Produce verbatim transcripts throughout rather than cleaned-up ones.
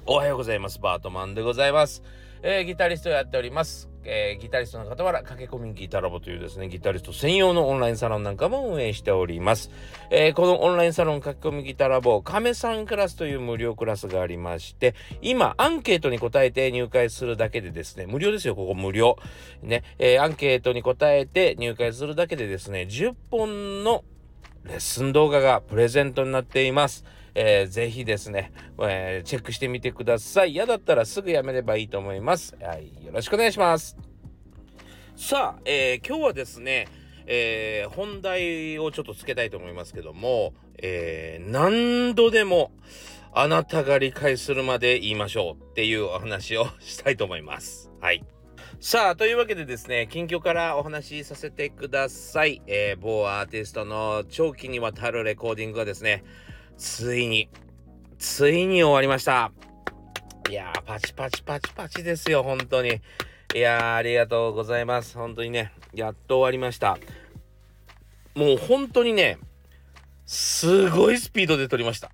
おはようございます。バートマンでございます。えー、ギタリストをやっております。えー、ギタリストの傍ら、駆け込みギタラボというですね、ギタリスト専用のオンラインサロンなんかも運営しております。えー、このオンラインサロン駆け込みギタラボ、亀さんクラスという無料クラスがありまして、今、アンケートに答えて入会するだけでですね、無料ですよ、ここ無料。ね、えー、アンケートに答えて入会するだけでですね、じゅっぽんのレッスン動画がプレゼントになっています。えー、ぜひですね、えー、チェックしてみてください。嫌だったらすぐやめればいいと思います。はい、よろしくお願いします。さあ、えー、今日はですね、えー、本題をちょっとつけたいと思いますけども、えー、何度でもあなたが理解するまで言いましょうっていうお話をしたいと思います。はい。さあ、というわけでですね、近況からお話しさせてください。えー、某アーティストの長期にわたるレコーディングがですね、ついに、ついに終わりました。いやー、パチパチパチパチですよ、本当に。いやー、ありがとうございます。本当にね、やっと終わりました。もう本当にね、すごいスピードで撮りました。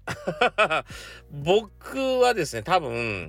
僕はですね、多分、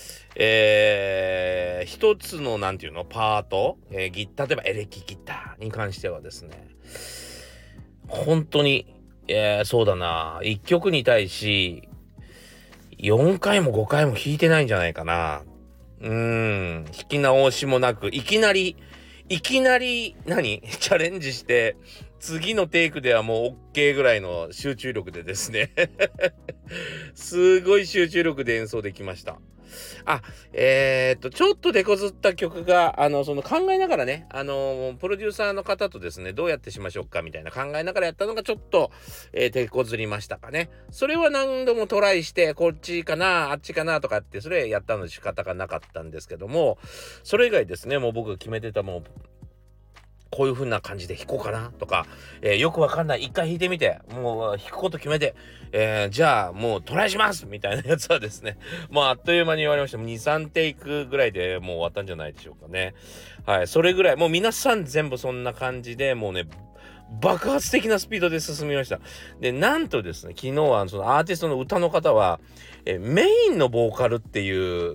えー、一つのなんていうのパート、えー、ギ例えばエレキギターに関してはですね、本当に、えー、そうだな、一曲に対しよんかいもごかいも弾いてないんじゃないかな。うーん、弾き直しもなく、いきなりいきなり何チャレンジして次のテイクではもう OK ぐらいの集中力でですねすごい集中力で演奏できました。あ、えー、っと、ちょっとデコずった曲が、あの、その考えながらね、あの、プロデューサーの方とですね、どうやってしましょうかみたいな考えながらやったのがちょっと、えー、デコずりましたかね。それは何度もトライして、こっちかな、あっちかなとかって、それやったので仕方がなかったんですけども、それ以外ですね、もう僕が決めてたもう、こういう風な感じで弾こうかなとか、えー、よくわかんない。一回弾いてみて、もう弾くこと決めて、えー、じゃあもうトライしますみたいなやつはですね、もうあっという間に終わりました。に、さんテイクぐらいでもう終わったんじゃないでしょうかね。はい、それぐらい、もう皆さん全部そんな感じで、もうね、爆発的なスピードで進みました。で、なんとですね、昨日はそのアーティストの歌の方は、えメインのボーカルっていう、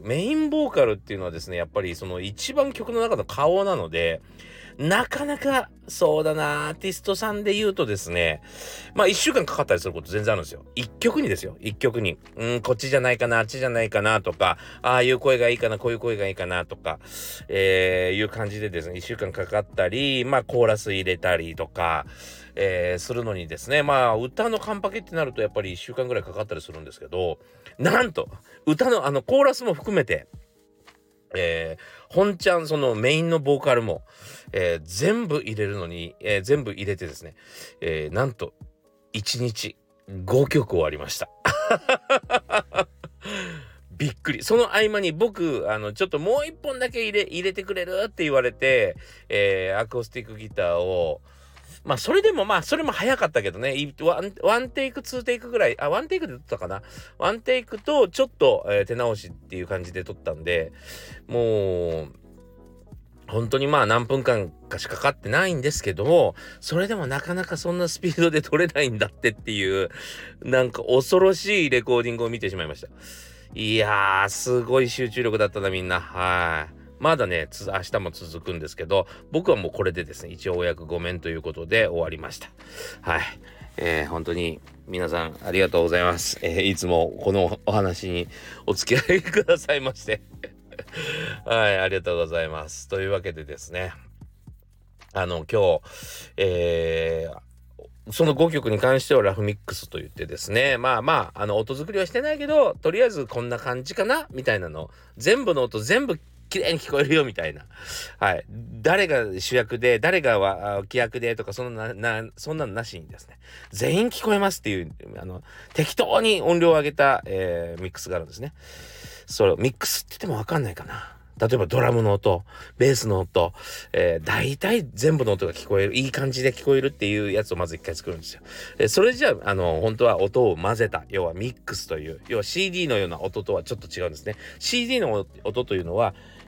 メインボーカルっていうのはですね、やっぱりその一番曲の中の顔なので、なかなか、そうだな、アーティストさんで言うとですね、まあ一週間かかったりすること全然あるんですよ。一曲にですよ。一曲に。うん、こっちじゃないかな、あっちじゃないかなとか、ああいう声がいいかな、こういう声がいいかなとか、えー、いう感じでですね、一週間かかったり、まあコーラス入れたりとか、えー、するのにですね、まあ歌のカンパケってなるとやっぱり一週間ぐらいかかったりするんですけど、なんと、歌のあのコーラスも含めて、えー、本ちゃんそのメインのボーカルも、えー、全部入れるのに、えー、全部入れてですね、えー、なんといちにちごきょく終わりましたびっくり。その合間に僕あのちょっともう一本だけ入れ入れてくれるって言われて、えー、アコースティックギターをまあそれでもまあそれも早かったけどね、ワン、ワンテイクツーテイクぐらい、あワンテイクで撮ったかな、ワンテイクとちょっと、えー、手直しっていう感じで撮ったんで、もう本当にまあ何分間かしかかかってないんですけども、それでもなかなかそんなスピードで撮れないんだってっていうなんか恐ろしいレコーディングを見てしまいました。いやーすごい集中力だったなみんな。はい。まだねつ明日も続くんですけど、僕はもうこれでですね一応お役御免ということで終わりました。はい、えー、本当に皆さんありがとうございます。えー、いつもこのお話にお付き合いくださいましてはい、ありがとうございます。というわけでですね、あの今日、えーそのごきょくに関してはラフミックスと言ってですね、まあまあ、あの音作りはしてないけど、とりあえずこんな感じかなみたいなの、全部の音全部綺麗に聞こえるよみたいな。はい。誰が主役で、誰が脇役でとか、そんな、な、そんなのなしにですね、全員聞こえますっていう、あの、適当に音量を上げた、えーミックスがあるんですね。それをミックスって言ってもわかんないかな。例えばドラムの音、ベースの音、えー、大体全部の音が聞こえる、いい感じで聞こえるっていうやつをまず一回作るんですよ。えー、それじゃあ、あの、本当は音を混ぜた、要はミックスという、要は シーディー のような音とはちょっと違うんですね。シーディー の音というのは、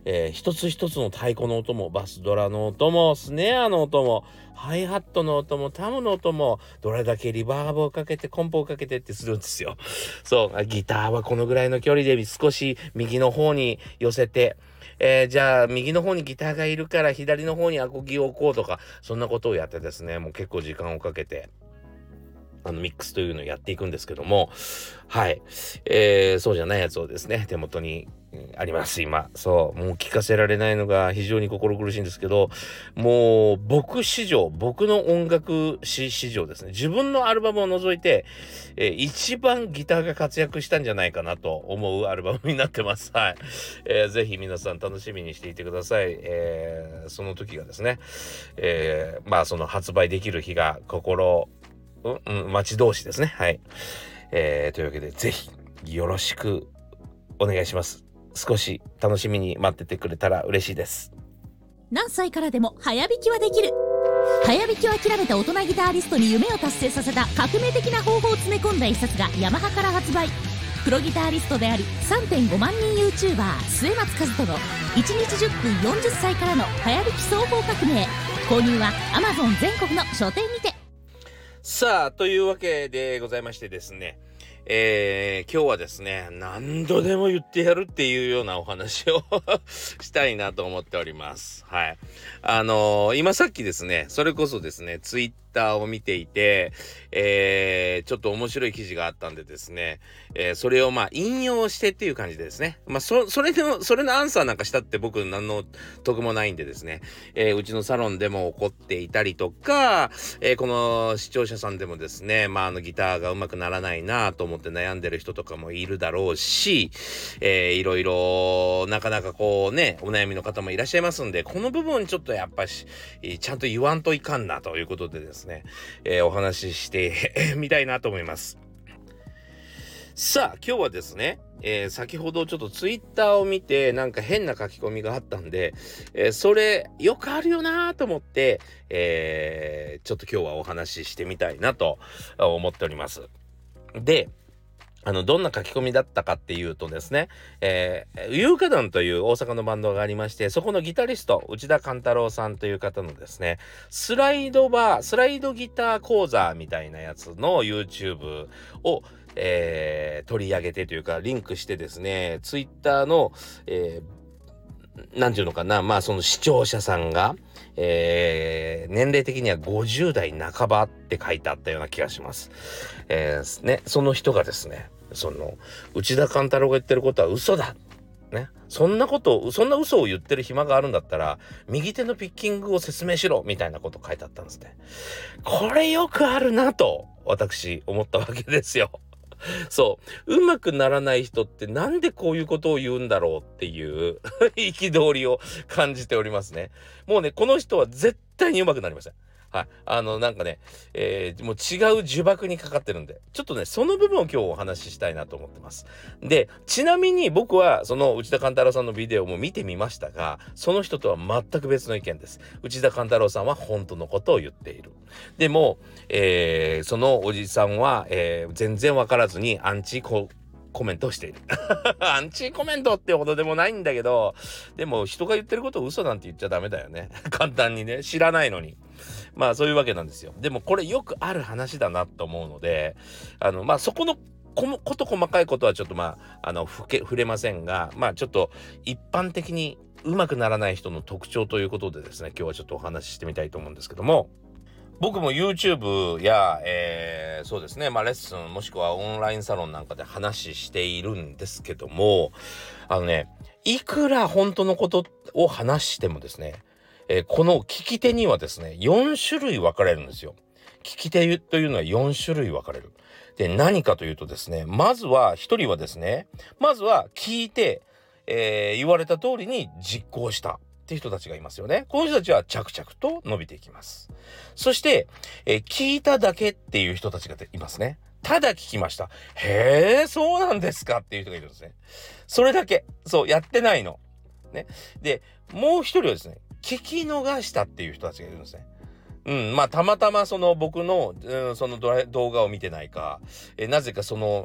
えー、一つ一つの太鼓の音も、バスドラの音も、スネアの音も、ハイハットの音も、タムの音も、どれだけリバーブをかけて、コンポをかけてってするんですよ。そう、ギターはこのぐらいの距離で少し右の方に寄せて、えー、じゃあ右の方にギターがいるから左の方にアコギを置こうとか、そんなことをやってですね、もう結構時間をかけて、あのミックスというのをやっていくんですけども、はい、えー、そうじゃないやつをですね、手元にあります今。そう、もう聞かせられないのが非常に心苦しいんですけど、もう僕史上、僕の音楽史史上ですね、自分のアルバムを除いて、えー、一番ギターが活躍したんじゃないかなと思うアルバムになってます。はい、えー、ぜひ皆さん楽しみにしていてください。えー、その時がですね、えー、まあその発売できる日が心うん、うん、待ち遠しですね。はい。えー、というわけで、ぜひ、よろしくお願いします。少し楽しみに待っててくれたら嬉しいです。 何歳からでも早弾きはできる。早弾きを諦めた大人ギタリストに夢を達成させた革命的な方法を詰め込んだ一冊がヤマハから発売。プロギタリストであり さんてんご 万人 YouTuber 末松和人のいちにちじゅっぷんよんじゅっさいからの早弾き総合革命。購入は Amazon 全国の書店にて。 さあ、というわけでございましてですね、えー、今日はですね、何度でも言ってやるっていうようなお話をしたいなと思っております。はい。あのー、今さっきですね、それこそですね、ツイッターを見ていて、えー、ちょっと面白い記事があったんでですね、えー、それをまあ引用してっていう感じでですね、まあそ、それの、それのアンサーなんかしたって僕何の得もないんでですね、えー、うちのサロンでも起こっていたりとか、えー、この視聴者さんでもですね、まああのギターが上手くならないなと思って悩んでる人とかもいるだろうし、えー、いろいろなかなかこうね、お悩みの方もいらっしゃいますんで、この部分ちょっとやっぱし、ちゃんと言わんといかんなということでですね、えー、お話ししてみたいなと思います。さあ、今日はですね、えー、先ほどちょっとツイッターを見てなんか変な書き込みがあったんで、えー、それよくあるよなと思って、えー、ちょっと今日はお話ししてみたいなと思っております。で、あの、どんな書き込みだったかっていうとですね、えー、有価団という大阪のバンドがありまして、そこのギタリスト、内田勘太郎さんという方のですね、スライドバー、スライドギター講座みたいなやつの YouTube を、えー、取り上げてというか、リンクしてですね、Twitter の、えー、なんていうのかな、まあその視聴者さんが、えー、年齢的にはごじゅう代半ばって書いてあったような気がします。えー、ね、その人がですね、その内田勘太郎が言ってることは嘘だ。ね、そんなことそんな嘘を言ってる暇があるんだったら右手のピッキングを説明しろみたいなこと書いてあったんですね。これよくあるなと私思ったわけですよ。そううまくならない人ってなんでこういうことを言うんだろうっていう憤りを感じておりますね。もうね、この人は絶対にうまくなりません。はい、あのなんかね、えー、もう違う呪縛にかかってるんで、ちょっとねその部分を今日お話ししたいなと思ってます。で、ちなみに僕はその内田勘太郎さんのビデオも見てみましたが、その人とは全く別の意見です。内田勘太郎さんは本当のことを言っている。でも、えー、そのおじさんは、えー、全然わからずにアンチココメントをしているアンチコメントってほどでもないんだけど、でも人が言ってることを嘘なんて言っちゃダメだよね簡単にね、知らないのに。まあそういうわけなんですよ。でもこれよくある話だなと思うので、あのまあそこのこもこと細かいことはちょっとまああのふけ触れませんが、まあちょっと一般的に上手くならない人の特徴ということでですね、今日はちょっとお話ししてみたいと思うんですけども、僕も YouTube や、えー、そうですね、まあレッスンもしくはオンラインサロンなんかで話しているんですけども、あのね、いくら本当のことを話してもですね、えー、この聞き手にはですね、よん種類分かれるんですよ。聞き手というのはよん種類分かれる。で、何かというとですね、まずは一人はですね、まずは聞いて、えー、言われた通りに実行したっていう人たちがいますよね。この人たちは着々と伸びていきます。そして、えー、聞いただけっていう人たちがいますね。ただ聞きました。へー、そうなんですかっていう人がいるんですね。それだけ。そう、やってないの。ね。で、もう一人はですね、聞き逃したっていう人たちがいるんですね。うん、まあたまたまその僕の、うん、その動画を見てないか、えなぜかその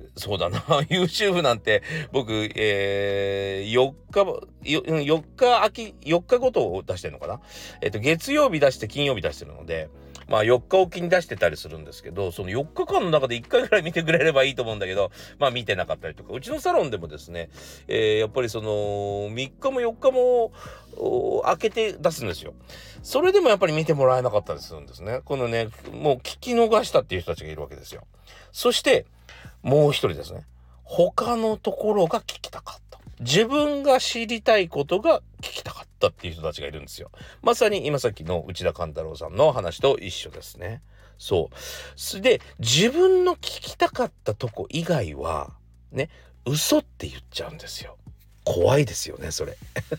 そうだなYouTube なんて僕、えー、よっかよ4日空きよっかごとを出してるのかな。えっと月曜日出して金曜日出してるので、まあよっかおきに出してたりするんですけど、そのよっかかんの中でいっかいぐらい見てくれればいいと思うんだけど、まあ見てなかったりとか、うちのサロンでもですね、えー、やっぱりそのみっかもよっかも開けて出すんですよ。それでもやっぱり見てもらえなかったりするんですね。このね、もう聞き逃したっていう人たちがいるわけですよ。そしてもう一人ですね。他のところが聞きたかった。自分が知りたいことが聞きたかったっていう人たちがいるんですよ。まさに今さっきの内田勘太郎さんの話と一緒ですね。そう。それで自分の聞きたかったとこ以外はね、嘘って言っちゃうんですよ。怖いですよね、それ。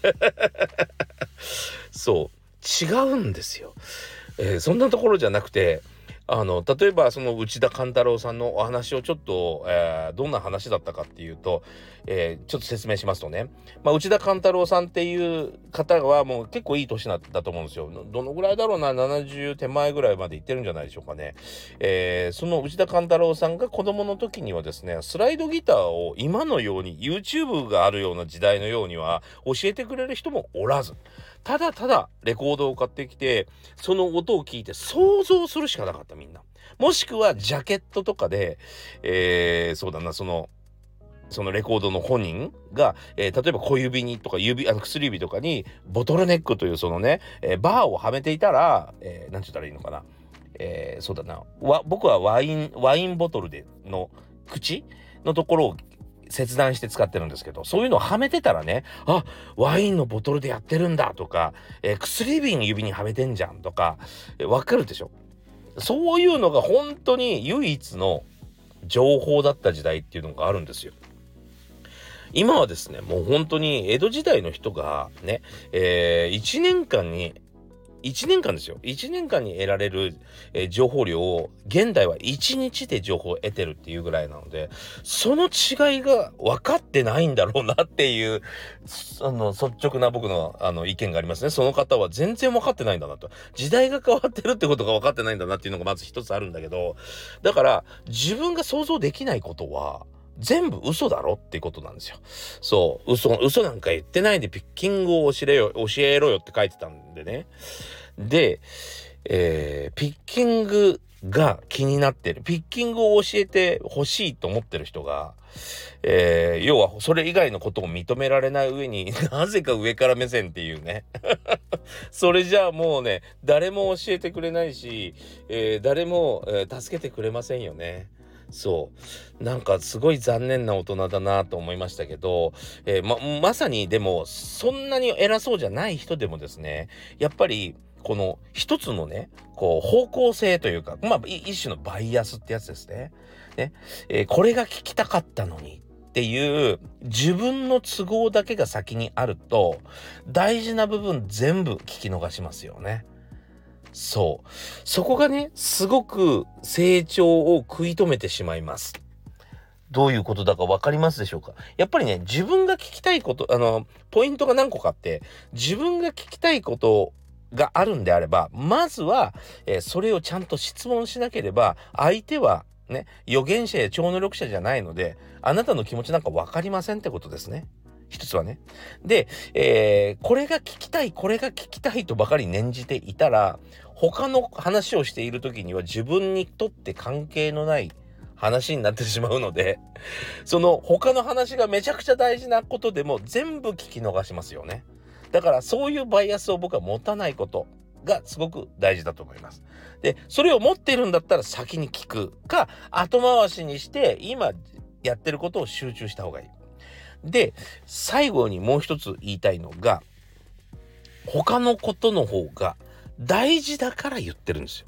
そう。違うんですよ。えー、そんなところじゃなくて、あの例えばその内田勘太郎さんのお話をちょっと、えー、どんな話だったかっていうと、えー、ちょっと説明しますとね、まあ、内田勘太郎さんっていう方はもう結構いい年だと思うんですよ。どのぐらいだろうな、ななじゅう手前ぐらいまで行ってるんじゃないでしょうかね。えー、その内田勘太郎さんが子供の時にはですね、スライドギターを今のように YouTube があるような時代のようには教えてくれる人もおらず、ただただレコードを買ってきてその音を聞いて想像するしかなかった。みんなもしくはジャケットとかで、えー、そうだなそのそのレコードの本人が、えー、例えば小指にとか指あの薬指とかにボトルネックというそのね、えー、バーをはめていたら、えー、なんて言ったらいいのかな、えー、そうだなわ僕はワインワインボトルでの口のところを切断して使ってるんですけど、そういうのをはめてたらね、あ、ワインのボトルでやってるんだとか、えー、薬指に指にはめてんじゃんとか、えー、わかるでしょ。そういうのが本当に唯一の情報だった時代っていうのがあるんですよ。今はですね、もう本当に江戸時代の人がね、えー、いちねんかんにいちねんかんですよ。いちねんかんに得られる、えー、情報量を現代はいちにちで情報を得てるっていうぐらいなので、その違いが分かってないんだろうなっていうあの率直な僕のあの意見がありますね。その方は全然分かってないんだなと。時代が変わってるってことが分かってないんだなっていうのがまず一つあるんだけど、だから自分が想像できないことは全部嘘だろっていうことなんですよ。そう、嘘、嘘なんか言ってないでピッキングを教えよ、教えろよって書いてたんでね。で、えー、ピッキングが気になってる。ピッキングを教えてほしいと思ってる人が、えー、要はそれ以外のことを認められない上に、なぜか上から目線っていうね。それじゃあもうね、誰も教えてくれないし、えー、誰も、えー、助けてくれませんよね。そうなんかすごい残念な大人だなと思いましたけど、えー、ままさにでもそんなに偉そうじゃない人でもですね、やっぱりこの一つのねこう方向性というか、まあ一種のバイアスってやつですね。ね、えー、これが聞きたかったのにっていう自分の都合だけが先にあると大事な部分全部聞き逃しますよね。そうそこがねすごく成長を食い止めてしまいます。どういうことだか分かりますでしょうか。やっぱりね自分が聞きたいこと、あのポイントが何個かあって、自分が聞きたいことがあるんであればまずは、えー、それをちゃんと質問しなければ相手はね預言者や超能力者じゃないのであなたの気持ちなんか分かりませんってことですね。一つはね。で、えー、これが聞きたい、これが聞きたいとばかり念じていたら、他の話をしている時には自分にとって関係のない話になってしまうので、その他の話がめちゃくちゃ大事なことでも全部聞き逃しますよね。だからそういうバイアスを僕は持たないことがすごく大事だと思います。で、それを持っているんだったら先に聞くか、後回しにして今やってることを集中した方がいい。で、最後にもう一つ言いたいのが、他のことの方が大事だから言ってるんですよ。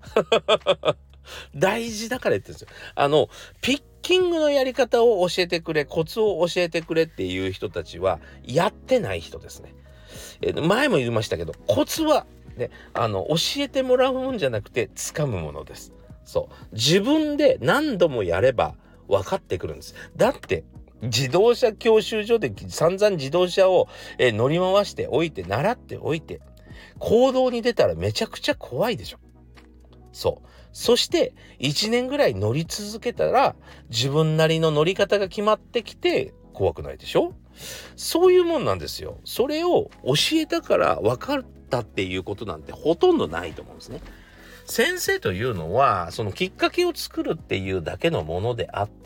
大事だから言ってるんですよ。あの、ピッキングのやり方を教えてくれ、コツを教えてくれっていう人たちはやってない人ですね。えー、前も言いましたけど、コツはね、あの、教えてもらうもんじゃなくて掴むものです。そう。自分で何度もやれば分かってくるんです。だって、自動車教習所で散々自動車を、えー、乗り回しておいて習っておいて行動に出たらめちゃくちゃ怖いでしょ。そうそしていちねんぐらい乗り続けたら自分なりの乗り方が決まってきて怖くないでしょ。そういうもんなんですよ。それを教えたから分かったっていうことなんてほとんどないと思うんですね。先生というのはそのきっかけを作るっていうだけのものであって、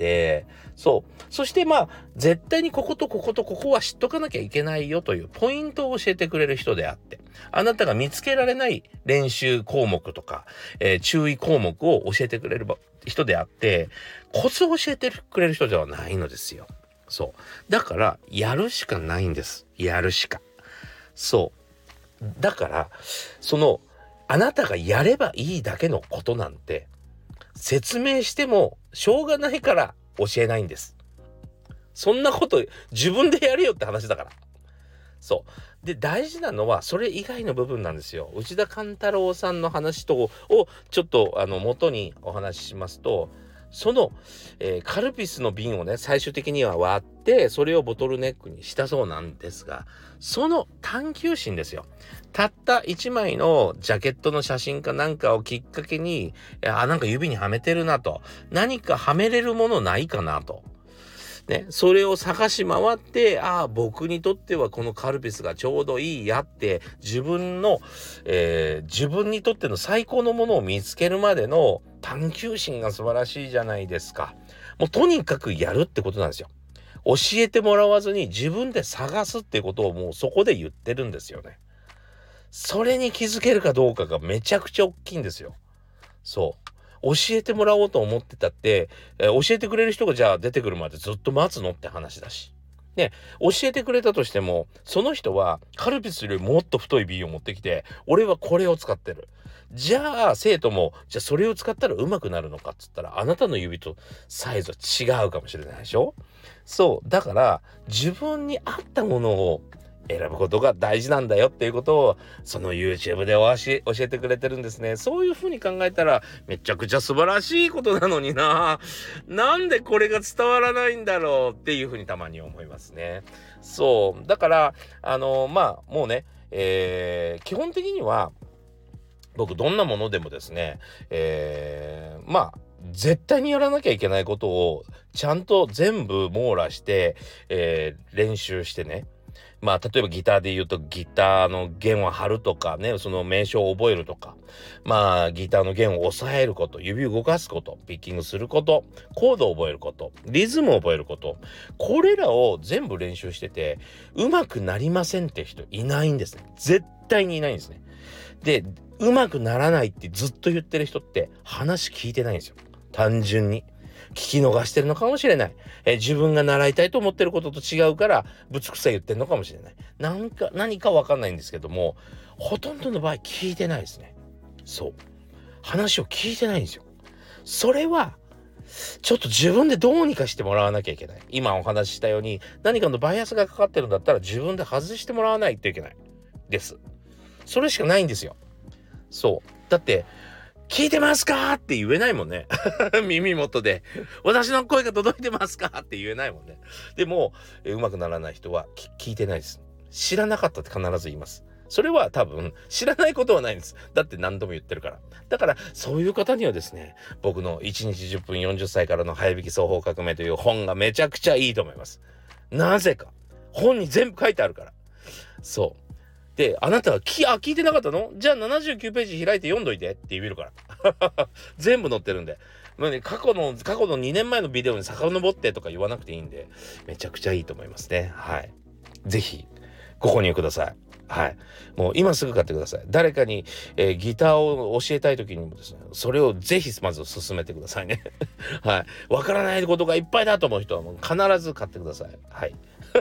そうそしてまあ絶対にこことこことここは知っとかなきゃいけないよというポイントを教えてくれる人であって、あなたが見つけられない練習項目とか、えー、注意項目を教えてくれる人であって、コツを教えてくれる人ではないのですよ。そうだからやるしかないんです。やるしか。そうだからそのあなたがやればいいだけのことなんて説明してもしょうがないから教えないんです。そんなこと自分でやれよって話だから。そうで大事なのはそれ以外の部分なんですよ。内田勘太郎さんの話とをちょっとあの元にお話ししますと、その、えー、カルピスの瓶をね最終的には割ってそれをボトルネックにしたそうなんですが、その探求心ですよ。たったいちまいのジャケットの写真かなんかをきっかけに、あなんか指にはめてるなと、何かはめれるものないかなとね、それを探し回って、ああ僕にとってはこのカルピスがちょうどいいやって自分の、えー、自分にとっての最高のものを見つけるまでの探求心が素晴らしいじゃないですか。もうとにかくやるってことなんですよ。教えてもらわずに自分で探すってことをもうそこで言ってるんですよね。それに気づけるかどうかがめちゃくちゃ大きいんですよ。そう教えてもらおうと思ってたって、えー、教えてくれる人がじゃあ出てくるまでずっと待つのって話だしね、教えてくれたとしてもその人はカルピスよりもっと太い瓶を持ってきて俺はこれを使ってる、じゃあ生徒もじゃあそれを使ったら上手くなるのかっつったらあなたの指とサイズは違うかもしれないでしょ。そうだから自分に合ったものを選ぶことが大事なんだよっていうことをその YouTube でおし教えてくれてるんですね。そういう風に考えたらめちゃくちゃ素晴らしいことなのにな、なんでこれが伝わらないんだろうっていう風にたまに思いますね。そうだからあのまあもうね、えー、基本的には僕どんなものでもですね、えー、まあ絶対にやらなきゃいけないことをちゃんと全部網羅して、えー、練習してね、まあ例えばギターで言うとギターの弦を張るとかね、その名称を覚えるとか、まあギターの弦を押さえること、指を動かすこと、ピッキングすること、コードを覚えること、リズムを覚えること、これらを全部練習してて上手くなりませんって人いないんですね。絶対にいないんですね。で上手くならないってずっと言ってる人って話聞いてないんですよ。単純に聞き逃してるのかもしれない。え自分が習いたいと思ってることと違うからぶつくさ言ってるのかもしれない。なんか何かわかんないんですけども、ほとんどの場合聞いてないですね。そう話を聞いてないんですよ。それはちょっと自分でどうにかしてもらわなきゃいけない。今お話ししたように何かのバイアスがかかってるんだったら自分で外してもらわないといけないです。それしかないんですよ。そうだって聞いてますかって言えないもんね耳元で私の声が届いてますかって言えないもんね。でもうまくならない人は聞いてないです。知らなかったって必ず言います。それは多分知らないことはないんです。だって何度も言ってるから。だからそういう方にはですね、僕のいちにちじゅっぷんよんじゅっさいからの早弾き双方革命という本がめちゃくちゃいいと思います。なぜか本に全部書いてあるから。そうで、あなたはきあ聞いてなかったの？じゃあななじゅうきゅうページ開いて読んどいてって言えるから全部載ってるんで、まあね、過去の過去のにねんまえのビデオに遡ってとか言わなくていいんでめちゃくちゃいいと思いますね。はいぜひご購入ください。はいもう今すぐ買ってください。誰かに、えー、ギターを教えたい時にもですね、それをぜひまず進めてくださいねはいわからないことがいっぱいだと思う人はもう必ず買ってください。はい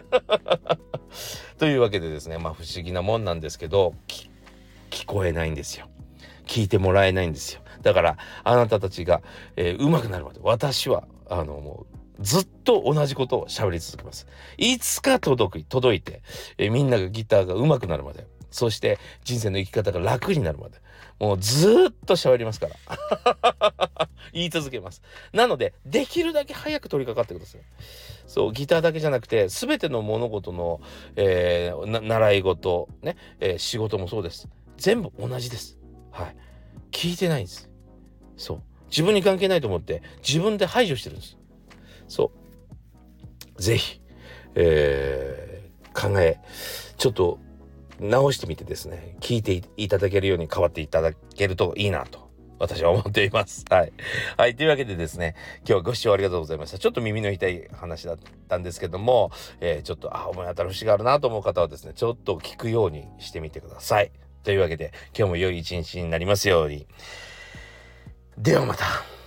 というわけでですね、まあ不思議なもんなんですけど、聞こえないんですよ。聞いてもらえないんですよ。だからあなたたちが、えー、上手くなるまで私はあのもうずっと同じことを喋り続けます。いつか届く届いて、えー、みんながギターが上手くなるまで、そして人生の生き方が楽になるまで、もうずっと喋りますから言い続けます。なのでできるだけ早く取り掛かってください。そうギターだけじゃなくて全ての物事の、えー、な習い事ね、えー、仕事もそうです。全部同じです。はい聞いてないんです。 そう自分に関係ないと思って自分で排除してるんです。そうぜひ、えー、考えちょっと直してみてですね、聞いていただけるように変わっていただけるといいなと私は思っています。はい。はい。というわけでですね、今日はご視聴ありがとうございました。ちょっと耳の痛い話だったんですけども、えー、ちょっと、あ、思い当たる節があるなと思う方はですね、ちょっと聞くようにしてみてください。というわけで、今日も良い一日になりますように。ではまた。